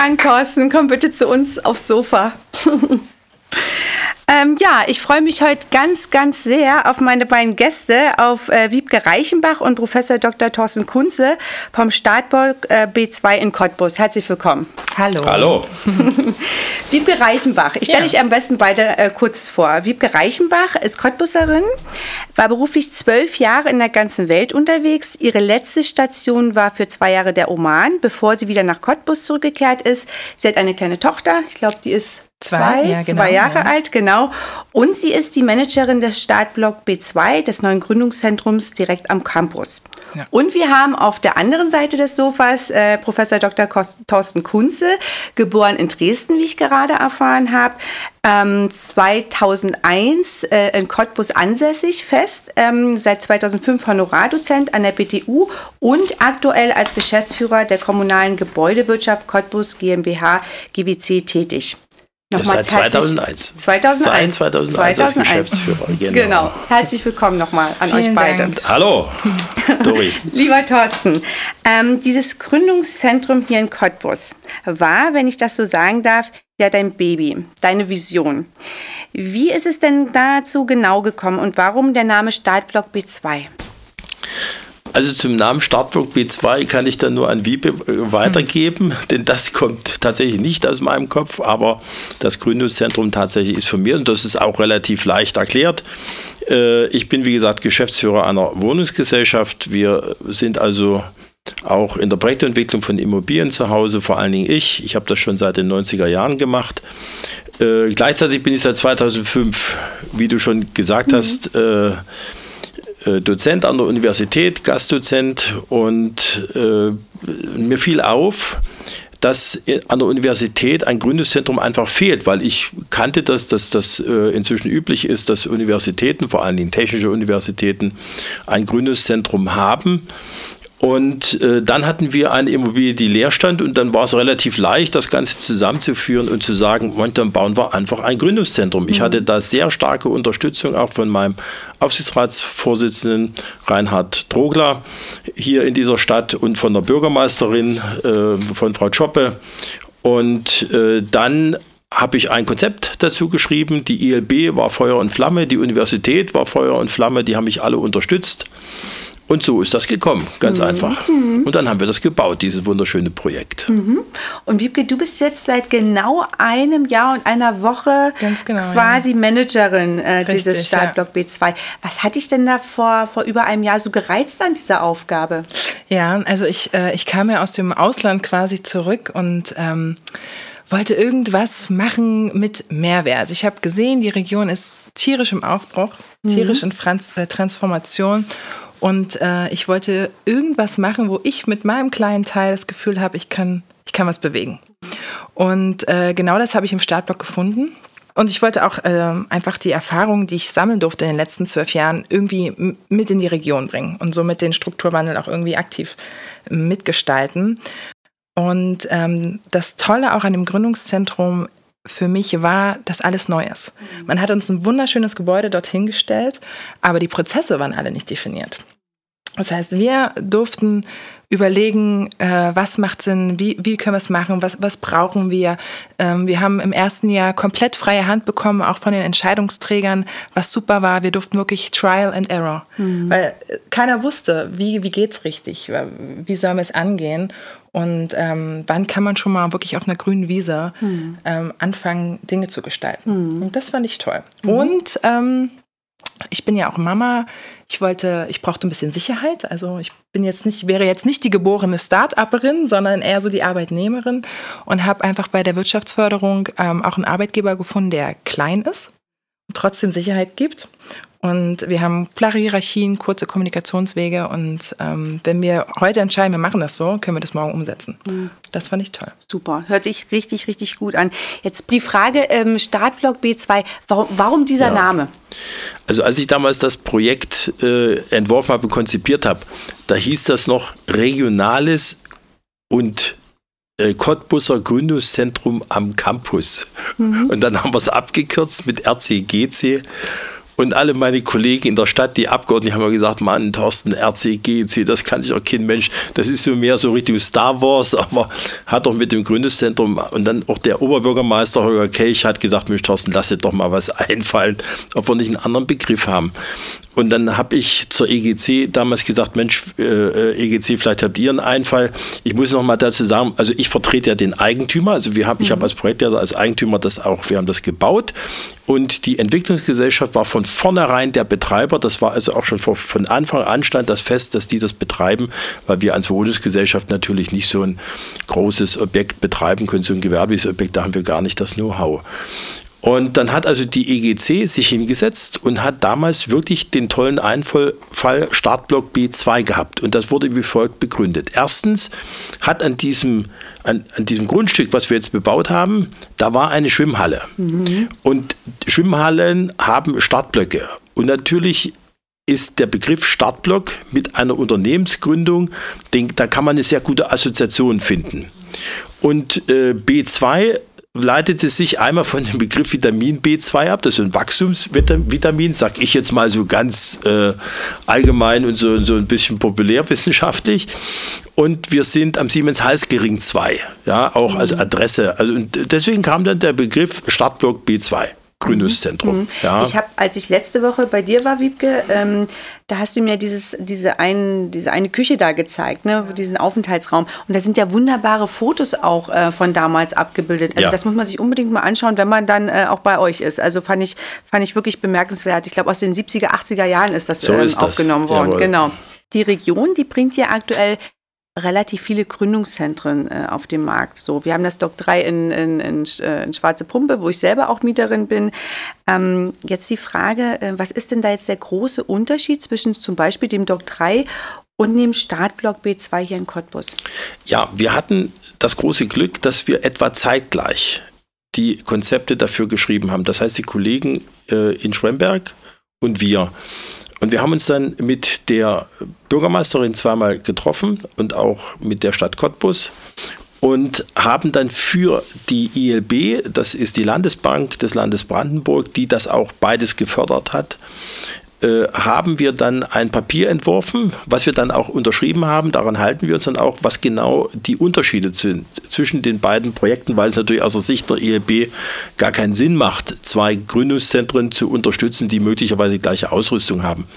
Dank, Thorsten. Komm bitte zu uns aufs Sofa. Ich freue mich heute ganz, ganz sehr auf meine beiden Gäste, auf Wiebke Reichenbach und Professor Dr. Thorsten Kunze vom Startblock B2 in Cottbus. Herzlich willkommen. Hallo. Hallo. Wiebke Reichenbach. Ich stelle euch am besten beide kurz vor. Wiebke Reichenbach ist Cottbuserin, war beruflich 12 Jahre in der ganzen Welt unterwegs. Ihre letzte Station war für 2 Jahre der Oman, bevor sie wieder nach Cottbus zurückgekehrt ist. Sie hat eine kleine Tochter, ich glaube, die ist zwei Jahre alt, genau. Und sie ist die Managerin des Startblock B2, des neuen Gründungszentrums direkt am Campus. Ja. Und wir haben auf der anderen Seite des Sofas Professor Dr. Thorsten Kunze, geboren in Dresden, wie ich gerade erfahren habe, 2001 in Cottbus ansässig fest, seit 2005 Honorardozent an der BTU und aktuell als Geschäftsführer der kommunalen Gebäudewirtschaft Cottbus GmbH GWC tätig. Nochmal seit 2001. Seit 2001 als Geschäftsführer. Genau. Herzlich willkommen nochmal an euch beide. Dank. Hallo, Dori. Lieber Thorsten, dieses Gründungszentrum hier in Cottbus war, wenn ich das so sagen darf, ja dein Baby, deine Vision. Wie ist es denn dazu genau gekommen und warum der Name Startblock B2? Also zum Namen Startblock B2 kann ich dann nur an Wiebe weitergeben, denn das kommt tatsächlich nicht aus meinem Kopf, aber das Gründungszentrum tatsächlich ist von mir und das ist auch relativ leicht erklärt. Ich bin, wie gesagt, Geschäftsführer einer Wohnungsgesellschaft. Wir sind also auch in der Projektentwicklung von Immobilien zu Hause, vor allen Dingen ich. Ich habe das schon seit den 90er Jahren gemacht. Gleichzeitig bin ich seit 2005, wie du schon gesagt hast, Dozent an der Universität, Gastdozent und mir fiel auf, dass an der Universität ein Gründungszentrum einfach fehlt, weil ich kannte dass das inzwischen üblich ist, dass Universitäten, vor allen Dingen technische Universitäten, ein Gründungszentrum haben. Und dann hatten wir eine Immobilie, die leer stand und dann war es relativ leicht, das Ganze zusammenzuführen und zu sagen, dann bauen wir einfach ein Gründungszentrum. Ich hatte da sehr starke Unterstützung auch von meinem Aufsichtsratsvorsitzenden Reinhard Trogler hier in dieser Stadt und von der Bürgermeisterin, von Frau Tschoppe. Und dann habe ich ein Konzept dazu geschrieben. Die ILB war Feuer und Flamme, die Universität war Feuer und Flamme, die haben mich alle unterstützt. Und so ist das gekommen, ganz einfach. Und dann haben wir das gebaut, dieses wunderschöne Projekt. Und Wiebke, du bist jetzt seit genau einem Jahr und einer Woche quasi Managerin dieses Startblock B2. Was hat dich denn da vor über einem Jahr so gereizt an dieser Aufgabe? Ja, also ich kam ja aus dem Ausland quasi zurück und wollte irgendwas machen mit Mehrwert. Ich habe gesehen, die Region ist tierisch im Aufbruch, tierisch in Transformation. Und ich wollte irgendwas machen, wo ich mit meinem kleinen Teil das Gefühl habe, ich kann was bewegen. Und genau das habe ich im Startblock gefunden. Und ich wollte auch einfach die Erfahrungen, die ich sammeln durfte in den letzten 12 Jahren, irgendwie mit in die Region bringen und somit den Strukturwandel auch irgendwie aktiv mitgestalten. Und das Tolle auch an dem Gründungszentrum für mich war, dass alles neu ist. Man hat uns ein wunderschönes Gebäude dorthin gestellt, aber die Prozesse waren alle nicht definiert. Das heißt, wir durften überlegen, was macht Sinn, wie können wir es machen, was brauchen wir. Wir haben im ersten Jahr komplett freie Hand bekommen, auch von den Entscheidungsträgern, was super war. Wir durften wirklich Trial and Error, weil keiner wusste, wie geht's richtig, wie sollen wir es angehen. Und wann kann man schon mal wirklich auf einer grünen Wiese anfangen, Dinge zu gestalten. Und das fand ich toll. Und ich bin ja auch Mama. Ich brauchte ein bisschen Sicherheit. Also ich wäre jetzt nicht die geborene Start-Upperin, sondern eher so die Arbeitnehmerin und habe einfach bei der Wirtschaftsförderung auch einen Arbeitgeber gefunden, der klein ist und trotzdem Sicherheit gibt. Und wir haben flache Hierarchien, kurze Kommunikationswege und wenn wir heute entscheiden, wir machen das so, können wir das morgen umsetzen. Das fand ich toll. Super, hört sich richtig, richtig gut an. Jetzt die Frage, Startblock B2, warum dieser Name? Also als ich damals das Projekt entworfen habe und konzipiert habe, da hieß das noch Regionales und Cottbuser Gründungszentrum am Campus. Und dann haben wir es abgekürzt mit RCGC. Und alle meine Kollegen in der Stadt, die Abgeordneten, haben mir gesagt, Mann, Thorsten, RC, GEC, das kann sich auch kein Mensch, das ist so mehr so Richtung Star Wars, aber hat doch mit dem Gründungszentrum und dann auch der Oberbürgermeister Holger Kelch hat gesagt, Mensch, Thorsten, lass dir doch mal was einfallen, ob wir nicht einen anderen Begriff haben. Und dann habe ich zur EGC damals gesagt, Mensch, EGC, vielleicht habt ihr einen Einfall. Ich muss noch mal dazu sagen, also ich vertrete ja den Eigentümer, also ich habe als Projektleiter, als Eigentümer wir haben das gebaut und die Entwicklungsgesellschaft war von vornherein der Betreiber, das war also auch schon von Anfang an stand das fest, dass die das betreiben, weil wir als Wohnungsgesellschaft natürlich nicht so ein großes Objekt betreiben können, so ein gewerbliches Objekt, da haben wir gar nicht das Know-how. Und dann hat also die EGC sich hingesetzt und hat damals wirklich den tollen Einfall Startblock B2 gehabt. Und das wurde wie folgt begründet. Erstens hat an diesem Grundstück, was wir jetzt bebaut haben, da war eine Schwimmhalle. Und Schwimmhallen haben Startblöcke. Und natürlich ist der Begriff Startblock mit einer Unternehmensgründung, da kann man eine sehr gute Assoziation finden. Und B2 leitet es sich einmal von dem Begriff Vitamin B2 ab, das ist ein Wachstumsvitamin, sag ich jetzt mal so ganz allgemein und so ein bisschen populärwissenschaftlich. Und wir sind am Siemens-Halsgering 2, ja, auch als Adresse. Also und deswegen kam dann der Begriff Startblock B2. Gründungszentrum. Ja. Als ich letzte Woche bei dir war, Wiebke, da hast du mir diese eine Küche da gezeigt, ne, diesen Aufenthaltsraum. Und da sind ja wunderbare Fotos auch von damals abgebildet. Also das muss man sich unbedingt mal anschauen, wenn man dann auch bei euch ist. Also fand ich wirklich bemerkenswert. Ich glaube, aus den 70er, 80er Jahren ist das aufgenommen worden. Jawohl. Genau. Die Region, die bringt ja aktuell relativ viele Gründungszentren auf dem Markt. So, wir haben das Dock 3 in Schwarze Pumpe, wo ich selber auch Mieterin bin. Jetzt die Frage, was ist denn da jetzt der große Unterschied zwischen zum Beispiel dem Dock 3 und dem Startblock B2 hier in Cottbus? Ja, wir hatten das große Glück, dass wir etwa zeitgleich die Konzepte dafür geschrieben haben. Das heißt, die Kollegen in Schwemberg und wir. Und wir haben uns dann mit der Bürgermeisterin zweimal getroffen und auch mit der Stadt Cottbus und haben dann für die ILB, das ist die Landesbank des Landes Brandenburg, die das auch beides gefördert hat, haben wir dann ein Papier entworfen, was wir dann auch unterschrieben haben. Daran halten wir uns dann auch, was genau die Unterschiede sind zwischen den beiden Projekten, weil es natürlich aus der Sicht der ILB gar keinen Sinn macht, zwei Gründungszentren zu unterstützen, die möglicherweise gleiche Ausrichtung haben.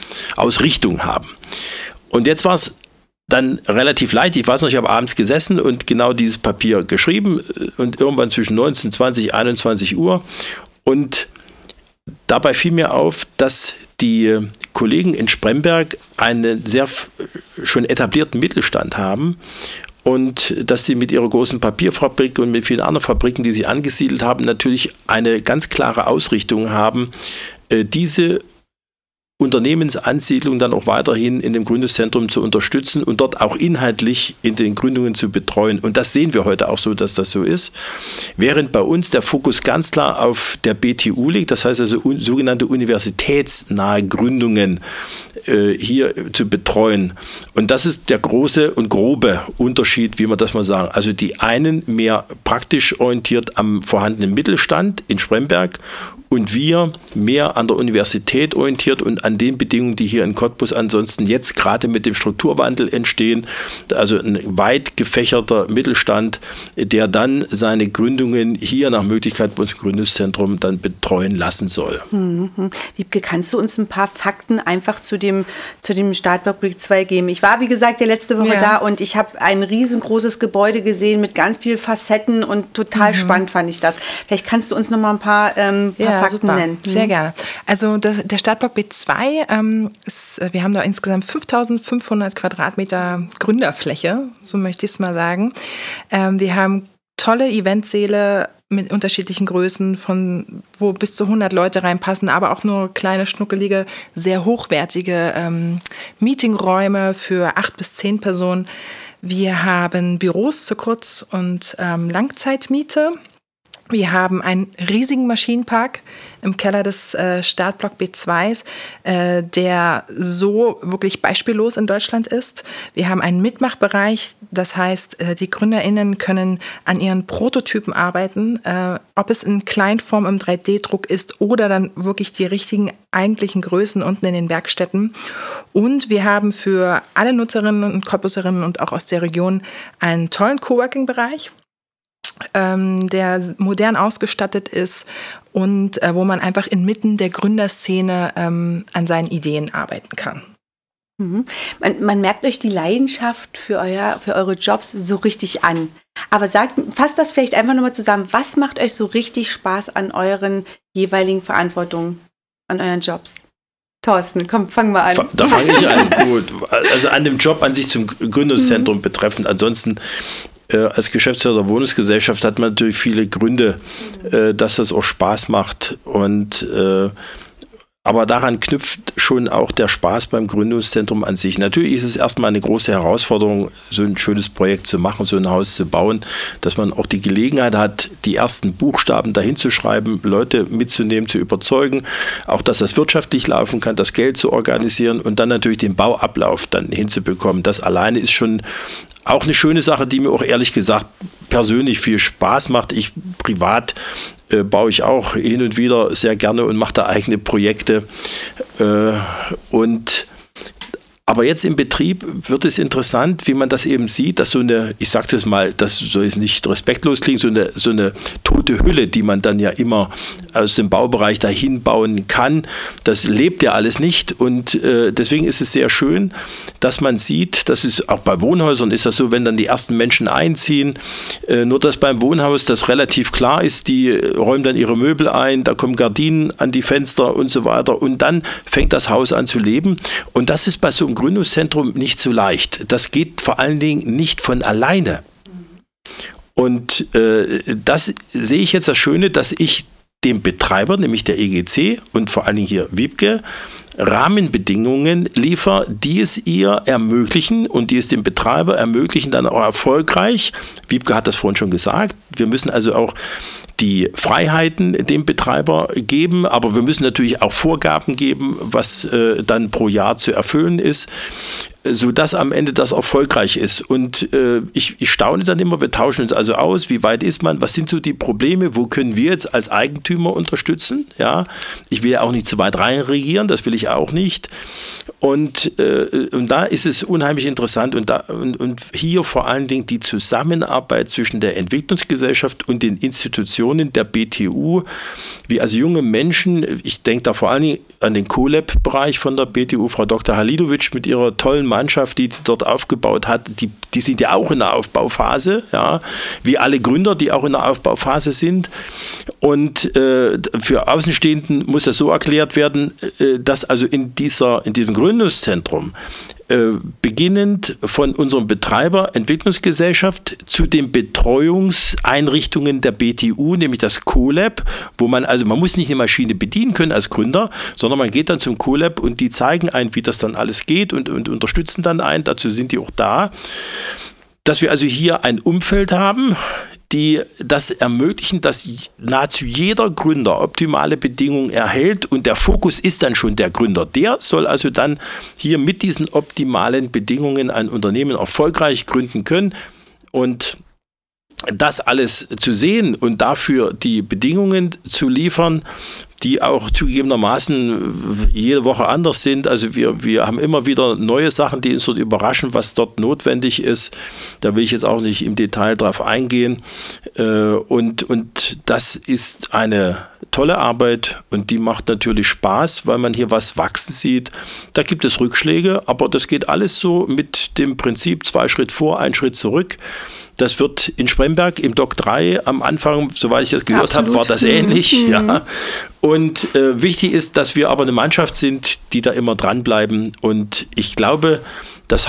Und jetzt war es dann relativ leicht. Ich weiß noch, ich habe abends gesessen und genau dieses Papier geschrieben und irgendwann zwischen 19, 20, 21 Uhr. Und dabei fiel mir auf, dass die Kollegen in Spremberg einen sehr schon etablierten Mittelstand haben und dass sie mit ihrer großen Papierfabrik und mit vielen anderen Fabriken, die sie angesiedelt haben, natürlich eine ganz klare Ausrichtung haben, diese Unternehmensansiedlung dann auch weiterhin in dem Gründungszentrum zu unterstützen und dort auch inhaltlich in den Gründungen zu betreuen. Und das sehen wir heute auch so, dass das so ist. Während bei uns der Fokus ganz klar auf der BTU liegt, das heißt also sogenannte universitätsnahe Gründungen hier zu betreuen. Und das ist der große und grobe Unterschied, wie man das mal sagen. Also die einen mehr praktisch orientiert am vorhandenen Mittelstand in Spremberg und wir mehr an der Universität orientiert und an den Bedingungen, die hier in Cottbus ansonsten jetzt gerade mit dem Strukturwandel entstehen. Also ein weit gefächerter Mittelstand, der dann seine Gründungen hier nach Möglichkeit bei uns im Gründungszentrum dann betreuen lassen soll. Wiebke, kannst du uns ein paar Fakten einfach zu dem Startblock B2 geben? Ich war, wie gesagt, ja letzte Woche da und ich habe ein riesengroßes Gebäude gesehen mit ganz vielen Facetten und total spannend fand ich das. Vielleicht kannst du uns noch mal ein paar Fakten nennen. Sehr gerne. Also der Startblock B2 wir haben da insgesamt 5.500 Quadratmeter Gründerfläche, so möchte ich es mal sagen. Wir haben tolle Eventsäle mit unterschiedlichen Größen, von wo bis zu 100 Leute reinpassen, aber auch nur kleine, schnuckelige, sehr hochwertige Meetingräume für 8 bis 10 Personen. Wir haben Büros zur Kurz- und Langzeitmiete. Wir haben einen riesigen Maschinenpark im Keller des Startblock B2s, der so wirklich beispiellos in Deutschland ist. Wir haben einen Mitmachbereich, das heißt, die GründerInnen können an ihren Prototypen arbeiten, ob es in Kleinform im 3D-Druck ist oder dann wirklich die richtigen eigentlichen Größen unten in den Werkstätten. Und wir haben für alle Nutzerinnen und Cottbusserinnen und auch aus der Region einen tollen Coworking-Bereich, der modern ausgestattet ist und wo man einfach inmitten der Gründerszene an seinen Ideen arbeiten kann. Mhm. Man merkt euch die Leidenschaft für eure Jobs so richtig an. Aber fasst das vielleicht einfach nochmal zusammen. Was macht euch so richtig Spaß an euren jeweiligen Verantwortungen, an euren Jobs? Thorsten, komm, fang mal an. Da fange ich an. Gut. Also an dem Job an sich zum Gründungszentrum betreffend. Ansonsten als Geschäftsführer der Wohnungsgesellschaft hat man natürlich viele Gründe, dass das auch Spaß macht. Aber daran knüpft schon auch der Spaß beim Gründungszentrum an sich. Natürlich ist es erstmal eine große Herausforderung, so ein schönes Projekt zu machen, so ein Haus zu bauen, dass man auch die Gelegenheit hat, die ersten Buchstaben dahin zu schreiben, Leute mitzunehmen, zu überzeugen, auch dass das wirtschaftlich laufen kann, das Geld zu organisieren und dann natürlich den Bauablauf dann hinzubekommen. Das alleine ist schon auch eine schöne Sache, die mir auch ehrlich gesagt persönlich viel Spaß macht. Ich privat baue ich auch hin und wieder sehr gerne und mache da eigene Projekte. Aber jetzt im Betrieb wird es interessant, wie man das eben sieht, dass so eine, ich sage das mal, das soll jetzt nicht respektlos klingen, so eine tote Hülle, die man dann ja immer aus dem Baubereich dahin bauen kann, das lebt ja alles nicht und deswegen ist es sehr schön, dass man sieht, das ist auch bei Wohnhäusern ist das so, wenn dann die ersten Menschen einziehen, nur dass beim Wohnhaus das relativ klar ist, die räumen dann ihre Möbel ein, da kommen Gardinen an die Fenster und so weiter und dann fängt das Haus an zu leben und das ist bei so einem Gründungszentrum nicht so leicht. Das geht vor allen Dingen nicht von alleine. Und das sehe ich jetzt das Schöne, dass ich dem Betreiber, nämlich der EGC und vor allen Dingen hier Wiebke, Rahmenbedingungen liefere, die es ihr ermöglichen und die es dem Betreiber ermöglichen, dann auch erfolgreich. Wiebke hat das vorhin schon gesagt. Wir müssen also auch die Freiheiten dem Betreiber geben, aber wir müssen natürlich auch Vorgaben geben, was dann pro Jahr zu erfüllen ist, sodass am Ende das erfolgreich ist. Und ich staune dann immer, wir tauschen uns also aus, wie weit ist man, was sind so die Probleme, wo können wir jetzt als Eigentümer unterstützen? Ja, ich will ja auch nicht zu weit reinregieren, das will ich auch nicht. Und da ist es unheimlich interessant und hier vor allen Dingen die Zusammenarbeit zwischen der Entwicklungsgesellschaft und den Institutionen der BTU, wie also junge Menschen, ich denke da vor allen Dingen an den CoLab-Bereich von der BTU, Frau Dr. Halidovic mit ihrer tollen Mannschaft, die dort aufgebaut hat, die sind ja auch in der Aufbauphase, ja, wie alle Gründer, die auch in der Aufbauphase sind. Und für Außenstehenden muss das so erklärt werden, dass also in diesem Gründungszentrum beginnend von unserem Betreiber Entwicklungsgesellschaft zu den Betreuungseinrichtungen der BTU, nämlich das CoLab, wo man muss nicht eine Maschine bedienen können als Gründer, sondern man geht dann zum CoLab und die zeigen ein, wie das dann alles geht und unterstützen dann einen, dazu sind die auch da, dass wir also hier ein Umfeld haben, die das ermöglichen, dass nahezu jeder Gründer optimale Bedingungen erhält und der Fokus ist dann schon der Gründer. Der soll also dann hier mit diesen optimalen Bedingungen ein Unternehmen erfolgreich gründen können und das alles zu sehen und dafür die Bedingungen zu liefern, die auch zugegebenermaßen jede Woche anders sind. Also wir haben immer wieder neue Sachen, die uns dort überraschen, was dort notwendig ist. Da will ich jetzt auch nicht im Detail drauf eingehen. Und das ist eine tolle Arbeit und die macht natürlich Spaß, weil man hier was wachsen sieht. Da gibt es Rückschläge, aber das geht alles so mit dem Prinzip 2 Schritt vor, 1 Schritt zurück. Das wird in Spremberg im Dock 3 am Anfang, soweit ich das gehört habe, war das ähnlich. Mhm. Ja. Und wichtig ist, dass wir aber eine Mannschaft sind, die da immer dranbleiben. Und ich glaube, das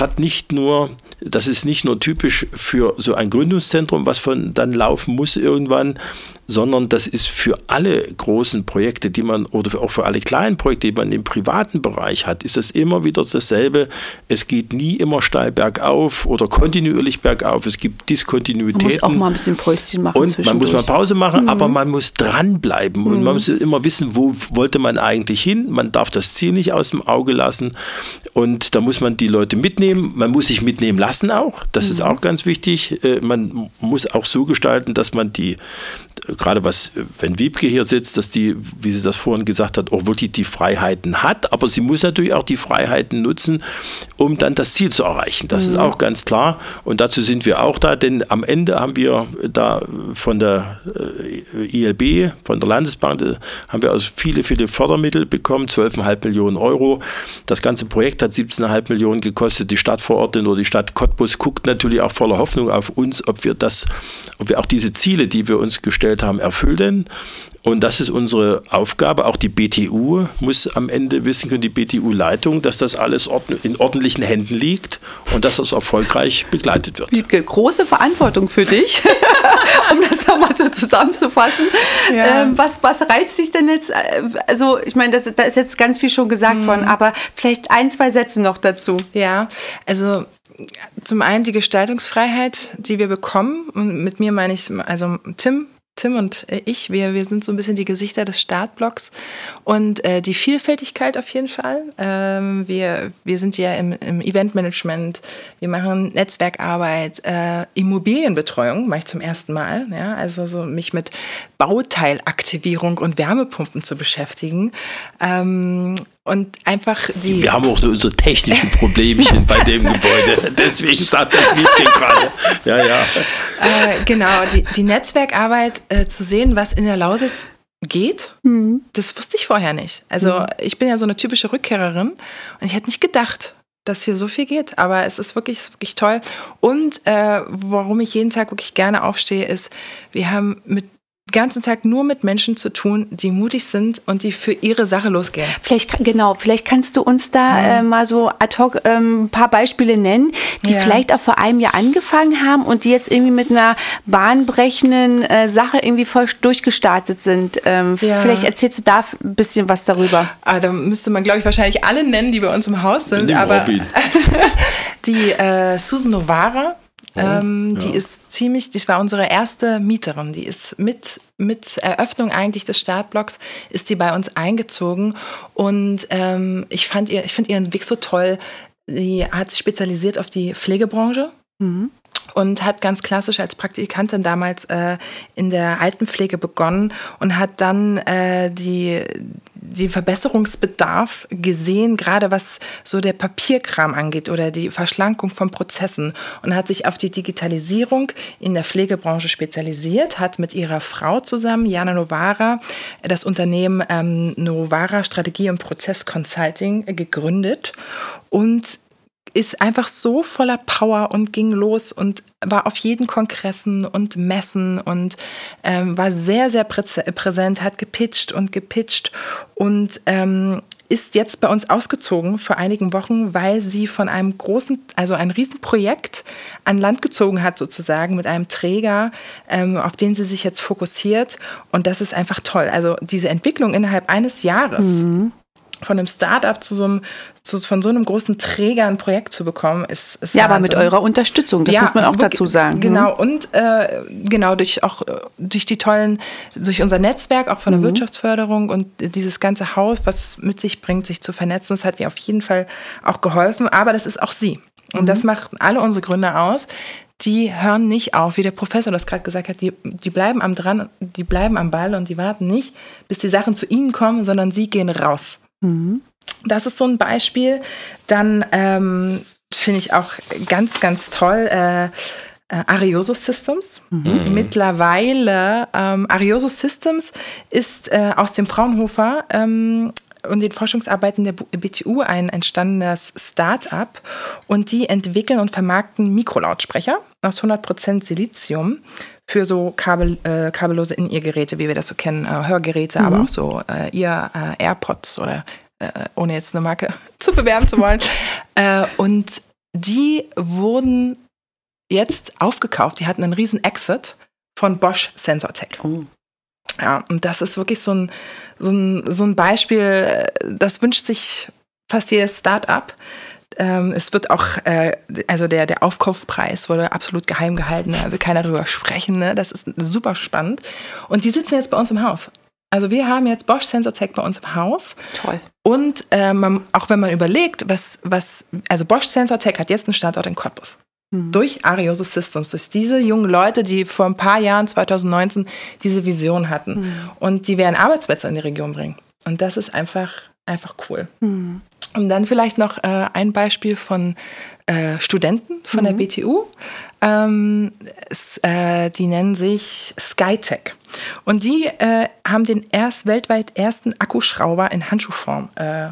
ist nicht nur typisch für so ein Gründungszentrum, was dann laufen muss irgendwann, sondern das ist für alle großen Projekte, die man, oder auch für alle kleinen Projekte, die man im privaten Bereich hat, ist das immer wieder dasselbe. Es geht nie immer steil bergauf oder kontinuierlich bergauf. Es gibt Diskontinuitäten. Man muss auch mal ein bisschen Päuschen machen. Und man muss mal Pause machen, aber man muss dranbleiben. Und man muss immer wissen, wo wollte man eigentlich hin. Man darf das Ziel nicht aus dem Auge lassen. Und da muss man die Leute mitnehmen. Man muss sich mitnehmen lassen auch. Das ist auch ganz wichtig. Man muss auch so gestalten, dass man die, gerade wenn Wiebke hier sitzt, dass die, wie sie das vorhin gesagt hat, auch wirklich die Freiheiten hat. Aber sie muss natürlich auch die Freiheiten nutzen, um dann das Ziel zu erreichen. Das ist auch ganz klar. Und dazu sind wir auch da, denn am Ende haben wir da von der ILB, von der Landesbank, haben wir also viele, viele Fördermittel bekommen, 12,5 Millionen Euro. Das ganze Projekt hat 17,5 Millionen gekostet. Die Stadtverordnete oder die Stadt Cottbus guckt natürlich auch voller Hoffnung auf uns, ob wir auch diese Ziele, die wir uns gestellt haben, erfüllen. Und das ist unsere Aufgabe. Auch die BTU muss am Ende wissen können, die BTU-Leitung, dass das alles in ordentlichen Händen liegt und dass das erfolgreich begleitet wird. Wiebke, große Verantwortung für dich, um das nochmal so zusammenzufassen. Ja. Was reizt dich denn jetzt? Also ich meine, da ist jetzt ganz viel schon gesagt worden, aber vielleicht 1, 2 Sätze noch dazu. Ja, also zum einen die Gestaltungsfreiheit, die wir bekommen. Und mit mir meine ich, also Tim und ich, wir sind so ein bisschen die Gesichter des Startblocks und die Vielfältigkeit auf jeden Fall. Wir sind ja im Eventmanagement, wir machen Netzwerkarbeit, Immobilienbetreuung mache ich zum ersten Mal, ja, also so mich mit Bauteilaktivierung und Wärmepumpen zu beschäftigen. Und einfach Wir haben auch so unsere technischen Problemchen bei dem Gebäude. Deswegen sagt das Mädchen gerade. Ja. Genau, die Netzwerkarbeit zu sehen, was in der Lausitz geht, das wusste ich vorher nicht. Also ich bin ja so eine typische Rückkehrerin und ich hätte nicht gedacht, dass hier so viel geht. Aber es ist wirklich toll. Und warum ich jeden Tag wirklich gerne aufstehe, ist, wir haben den ganzen Tag nur mit Menschen zu tun, die mutig sind und die für ihre Sache losgehen. Vielleicht kannst du uns da mal so ad hoc ein paar Beispiele nennen, die vielleicht auch vor einem Jahr angefangen haben und die jetzt irgendwie mit einer bahnbrechenden Sache irgendwie voll durchgestartet sind. Vielleicht erzählst du da ein bisschen was darüber. Da müsste man, glaube ich, wahrscheinlich alle nennen, die bei uns im Haus sind. Aber die Susan Novara, die war unsere erste Mieterin. Die ist mit Eröffnung eigentlich des Startblocks ist die bei uns eingezogen und ich finde ihren Weg so toll. Die hat sich spezialisiert auf die Pflegebranche. Und hat ganz klassisch als Praktikantin damals in der Altenpflege begonnen und hat dann die Verbesserungsbedarf gesehen, gerade was so der Papierkram angeht oder die Verschlankung von Prozessen und hat sich auf die Digitalisierung in der Pflegebranche spezialisiert, hat mit ihrer Frau zusammen, Jana Novara, das Unternehmen Novara Strategie- und Prozess-Consulting gegründet und ist einfach so voller Power und ging los und war auf jeden Kongressen und Messen und war sehr, sehr präsent, hat gepitcht und ist jetzt bei uns ausgezogen vor einigen Wochen, weil sie von einem ein Riesenprojekt an Land gezogen hat sozusagen mit einem Träger, auf den sie sich jetzt fokussiert und das ist einfach toll. Also diese Entwicklung innerhalb eines Jahres von einem Start-up von so einem großen Träger ein Projekt zu bekommen, ist ja, aber mit eurer Unterstützung, das muss man auch dazu sagen. Genau, und durch unser Netzwerk, auch von der Wirtschaftsförderung und dieses ganze Haus, was es mit sich bringt, sich zu vernetzen, das hat ihr auf jeden Fall auch geholfen, aber das ist auch sie. Und das macht alle unsere Gründer aus. Die hören nicht auf, wie der Professor das gerade gesagt hat, die bleiben am Ball und die warten nicht, bis die Sachen zu ihnen kommen, sondern sie gehen raus. Das ist so ein Beispiel. Dann finde ich auch ganz, ganz toll Arioso Systems. Mittlerweile Arioso Systems ist aus dem Fraunhofer und den Forschungsarbeiten der BTU ein entstandenes Start-up und die entwickeln und vermarkten Mikrolautsprecher aus 100% Silizium für so kabellose In-Ear-Geräte, wie wir das so kennen, Hörgeräte, aber auch so AirPods oder ohne jetzt eine Marke zu bewerben zu wollen. Und die wurden jetzt aufgekauft. Die hatten einen riesen Exit von Bosch Sensortech. Ja, und das ist wirklich so ein Beispiel, das wünscht sich fast jedes Start-up. Es wird auch, also der Aufkaufpreis wurde absolut geheim gehalten, da will keiner drüber sprechen, ne? Das ist super spannend. Und die sitzen jetzt bei uns im Haus. Also wir haben jetzt Bosch SensorTech bei uns im Haus. Toll. Und auch wenn man überlegt, also Bosch SensorTech hat jetzt einen Standort in Cottbus. Durch Arioso Systems, durch diese jungen Leute, die vor ein paar Jahren, 2019, diese Vision hatten. Und die werden Arbeitsplätze in die Region bringen. Und das ist einfach cool. Und dann vielleicht noch ein Beispiel von Studenten von der BTU. Die nennen sich SkyTech. Und die haben den weltweit ersten Akkuschrauber in Handschuhform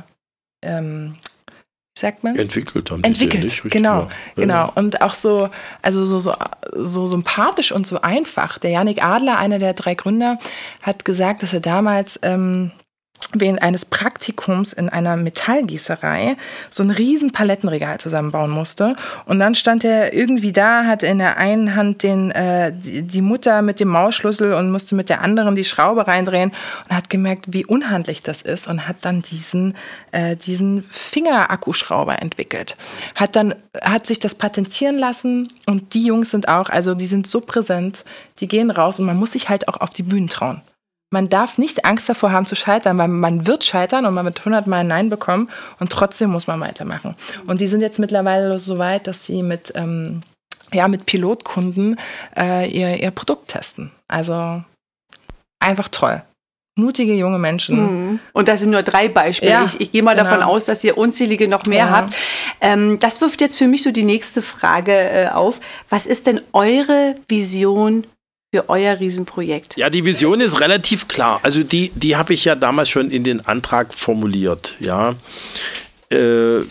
sagt man? Entwickelt haben Entwickelt, nicht, richtig, genau. Ja. Genau. Und auch so sympathisch und so einfach. Der Yannick Adler, einer der 3 Gründer, hat gesagt, dass er damals während eines Praktikums in einer Metallgießerei so ein riesen Palettenregal zusammenbauen musste. Und dann stand er irgendwie da, hatte in der einen Hand die Mutter mit dem Mausschlüssel und musste mit der anderen die Schraube reindrehen und hat gemerkt, wie unhandlich das ist und hat dann diesen Fingerakkuschrauber entwickelt. Hat sich das patentieren lassen und die Jungs sind auch, also die sind so präsent, die gehen raus und man muss sich halt auch auf die Bühnen trauen. Man darf nicht Angst davor haben zu scheitern, weil man wird scheitern und man wird 100 Mal Nein bekommen und trotzdem muss man weitermachen. Und die sind jetzt mittlerweile so weit, dass sie mit Pilotkunden ihr Produkt testen. Also einfach toll. Mutige junge Menschen. Und das sind nur 3 Beispiele. Ja, ich gehe mal davon aus, dass ihr unzählige noch mehr habt. Das wirft jetzt für mich so die nächste Frage auf. Was ist denn eure Vision für euer Riesenprojekt? Ja, die Vision ist relativ klar. Also die habe ich ja damals schon in den Antrag formuliert. Ja, wir,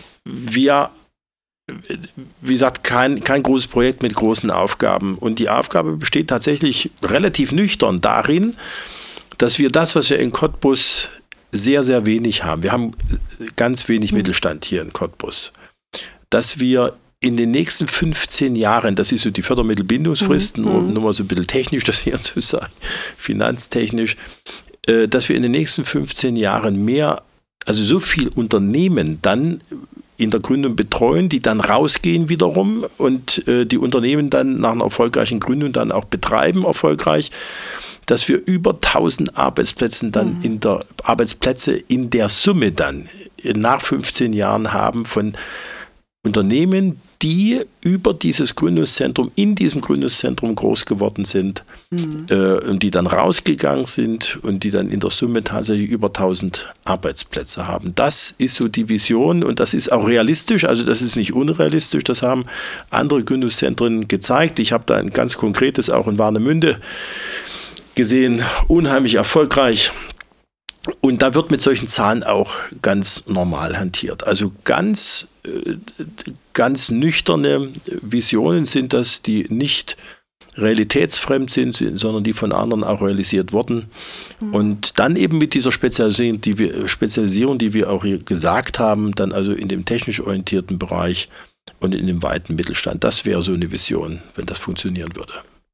wie gesagt, kein großes Projekt mit großen Aufgaben. Und die Aufgabe besteht tatsächlich relativ nüchtern darin, dass wir das, was wir in Cottbus sehr, sehr wenig haben. Wir haben ganz wenig Mittelstand hier in Cottbus. Dass wir in den nächsten 15 Jahren, das ist so die Fördermittelbindungsfrist, nur mal so ein bisschen technisch, das hier zu sagen, finanztechnisch, dass wir in den nächsten 15 Jahren also so viel Unternehmen dann in der Gründung betreuen, die dann rausgehen wiederum und die Unternehmen dann nach einer erfolgreichen Gründung dann auch betreiben erfolgreich, dass wir über 1000 Arbeitsplätze dann Arbeitsplätze in der Summe dann nach 15 Jahren haben von Unternehmen, die über dieses Gründungszentrum, in diesem Gründungszentrum groß geworden sind und die dann rausgegangen sind und die dann in der Summe tatsächlich über 1000 Arbeitsplätze haben. Das ist so die Vision und das ist auch realistisch, also das ist nicht unrealistisch, das haben andere Gründungszentren gezeigt. Ich habe da ein ganz konkretes auch in Warnemünde gesehen, unheimlich erfolgreich. Und da wird mit solchen Zahlen auch ganz normal hantiert. Also ganz nüchterne Visionen sind das, die nicht realitätsfremd sind, sondern die von anderen auch realisiert wurden. Und dann eben mit dieser Spezialisierung, die wir auch hier gesagt haben, dann also in dem technisch orientierten Bereich und in dem weiten Mittelstand. Das wäre so eine Vision, wenn das funktionieren würde.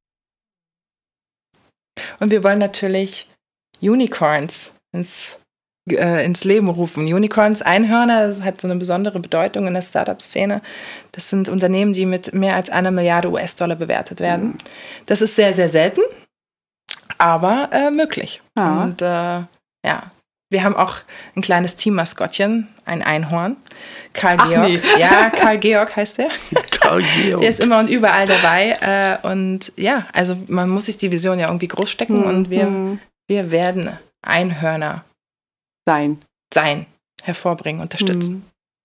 Und wir wollen natürlich Unicorns ins Leben rufen. Unicorns, Einhörner, das hat so eine besondere Bedeutung in der Startup-Szene. Das sind Unternehmen, die mit mehr als 1 Milliarde US-Dollar bewertet werden. Das ist sehr, sehr selten, aber möglich. Ja. Und wir haben auch ein kleines Teammaskottchen, ein Einhorn. Karl Georg. Nee. Ja, Karl Georg heißt der. Karl Georg. Der ist immer und überall dabei. Und ja, also man muss sich die Vision ja irgendwie groß stecken und wir werden Einhörner sein, hervorbringen, unterstützen.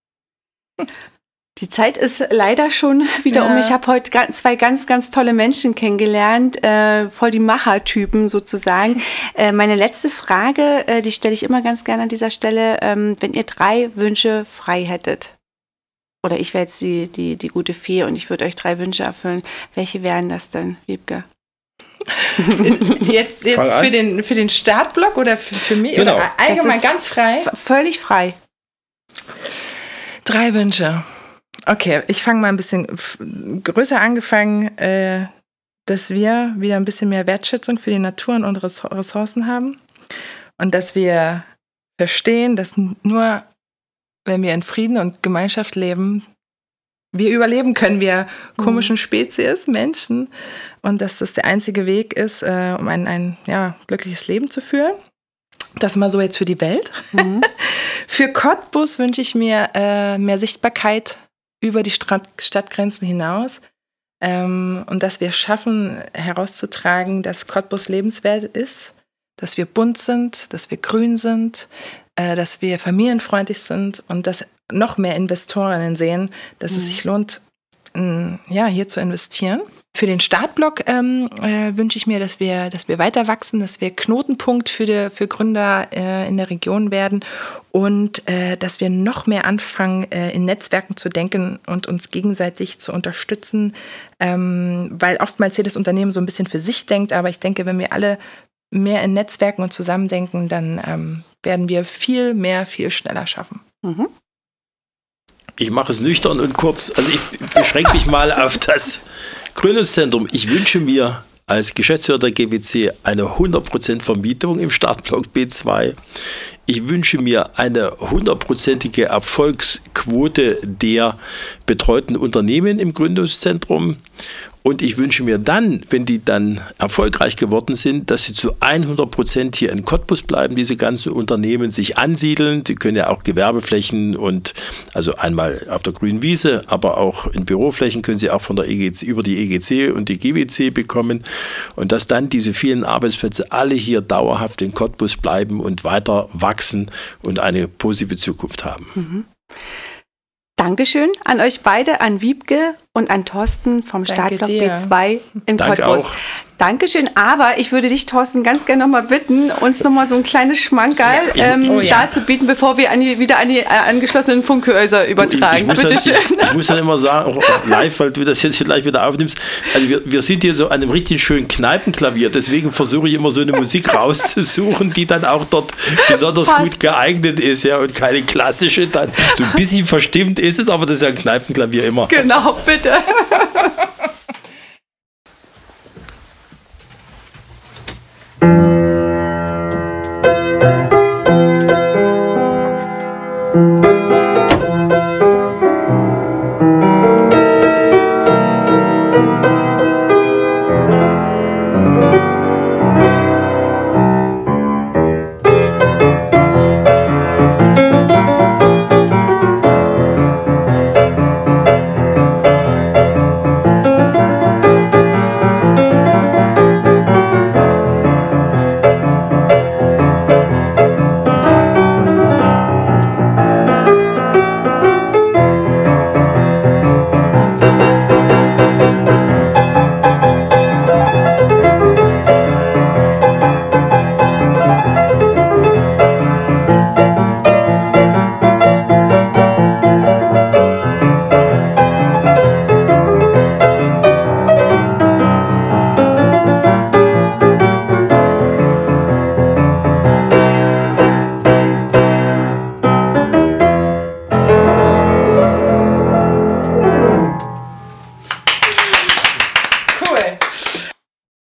Die Zeit ist leider schon wieder um. Ich habe heute 2 ganz, ganz tolle Menschen kennengelernt, voll die Machertypen sozusagen. Meine letzte Frage, die stelle ich immer ganz gerne an dieser Stelle, wenn ihr 3 Wünsche frei hättet, oder ich wäre jetzt die gute Fee und ich würde euch 3 Wünsche erfüllen, welche wären das denn, Wiebke? Jetzt für den Startblock oder für mich? Genau. Oder allgemein ganz frei? Völlig frei. 3 Wünsche. Okay, ich fange mal ein bisschen größer angefangen. dass wir wieder ein bisschen mehr Wertschätzung für die Natur und unsere Ressourcen haben und dass wir verstehen, dass nur wenn wir in Frieden und Gemeinschaft leben, wir überleben können, wir komischen Spezies, Menschen, und dass das der einzige Weg ist, um ein glückliches Leben zu führen. Das mal so jetzt für die Welt. Für Cottbus wünsche ich mir mehr Sichtbarkeit über die Stadtgrenzen hinaus und dass wir schaffen, herauszutragen, dass Cottbus lebenswert ist, dass wir bunt sind, dass wir grün sind, dass wir familienfreundlich sind und dass noch mehr Investorinnen sehen, dass es sich lohnt, hier zu investieren. Für den Startblock wünsche ich mir, dass wir weiter wachsen, dass wir Knotenpunkt für Gründer in der Region werden und dass wir noch mehr anfangen, in Netzwerken zu denken und uns gegenseitig zu unterstützen, weil oftmals jedes Unternehmen so ein bisschen für sich denkt, aber ich denke, wenn wir alle mehr in Netzwerken und zusammendenken, dann werden wir viel mehr, viel schneller schaffen. Ich mache es nüchtern und kurz. Also ich beschränke mich mal auf das Gründungszentrum. Ich wünsche mir als Geschäftsführer der GWC eine 100% Vermietung im Startblock B2. Ich wünsche mir eine 100%ige Erfolgsquote der betreuten Unternehmen im Gründungszentrum. Und ich wünsche mir dann, wenn die dann erfolgreich geworden sind, dass sie zu 100% hier in Cottbus bleiben, diese ganzen Unternehmen sich ansiedeln. Die können ja auch Gewerbeflächen und also einmal auf der grünen Wiese, aber auch in Büroflächen können sie auch von der EGC, über die EGC und die GWC bekommen. Und dass dann diese vielen Arbeitsplätze alle hier dauerhaft in Cottbus bleiben und weiter wachsen und eine positive Zukunft haben. Dankeschön an euch beide, an Wiebke und an Thorsten vom Startblock B2 in Danke Cottbus. Auch. Dankeschön, aber ich würde dich, Thorsten, ganz gerne nochmal bitten, uns nochmal so ein kleines Schmankerl dazu bieten, bevor wir wieder an die angeschlossenen Funkhäuser übertragen. Ich muss dann immer sagen, auch live, weil du das jetzt hier gleich wieder aufnimmst, also wir sind hier so an einem richtig schönen Kneipenklavier, deswegen versuche ich immer so eine Musik rauszusuchen, die dann auch dort besonders gut geeignet ist, ja, und keine klassische, dann so ein bisschen verstimmt ist es, aber das ist ja ein Kneipenklavier immer. Genau, bitte.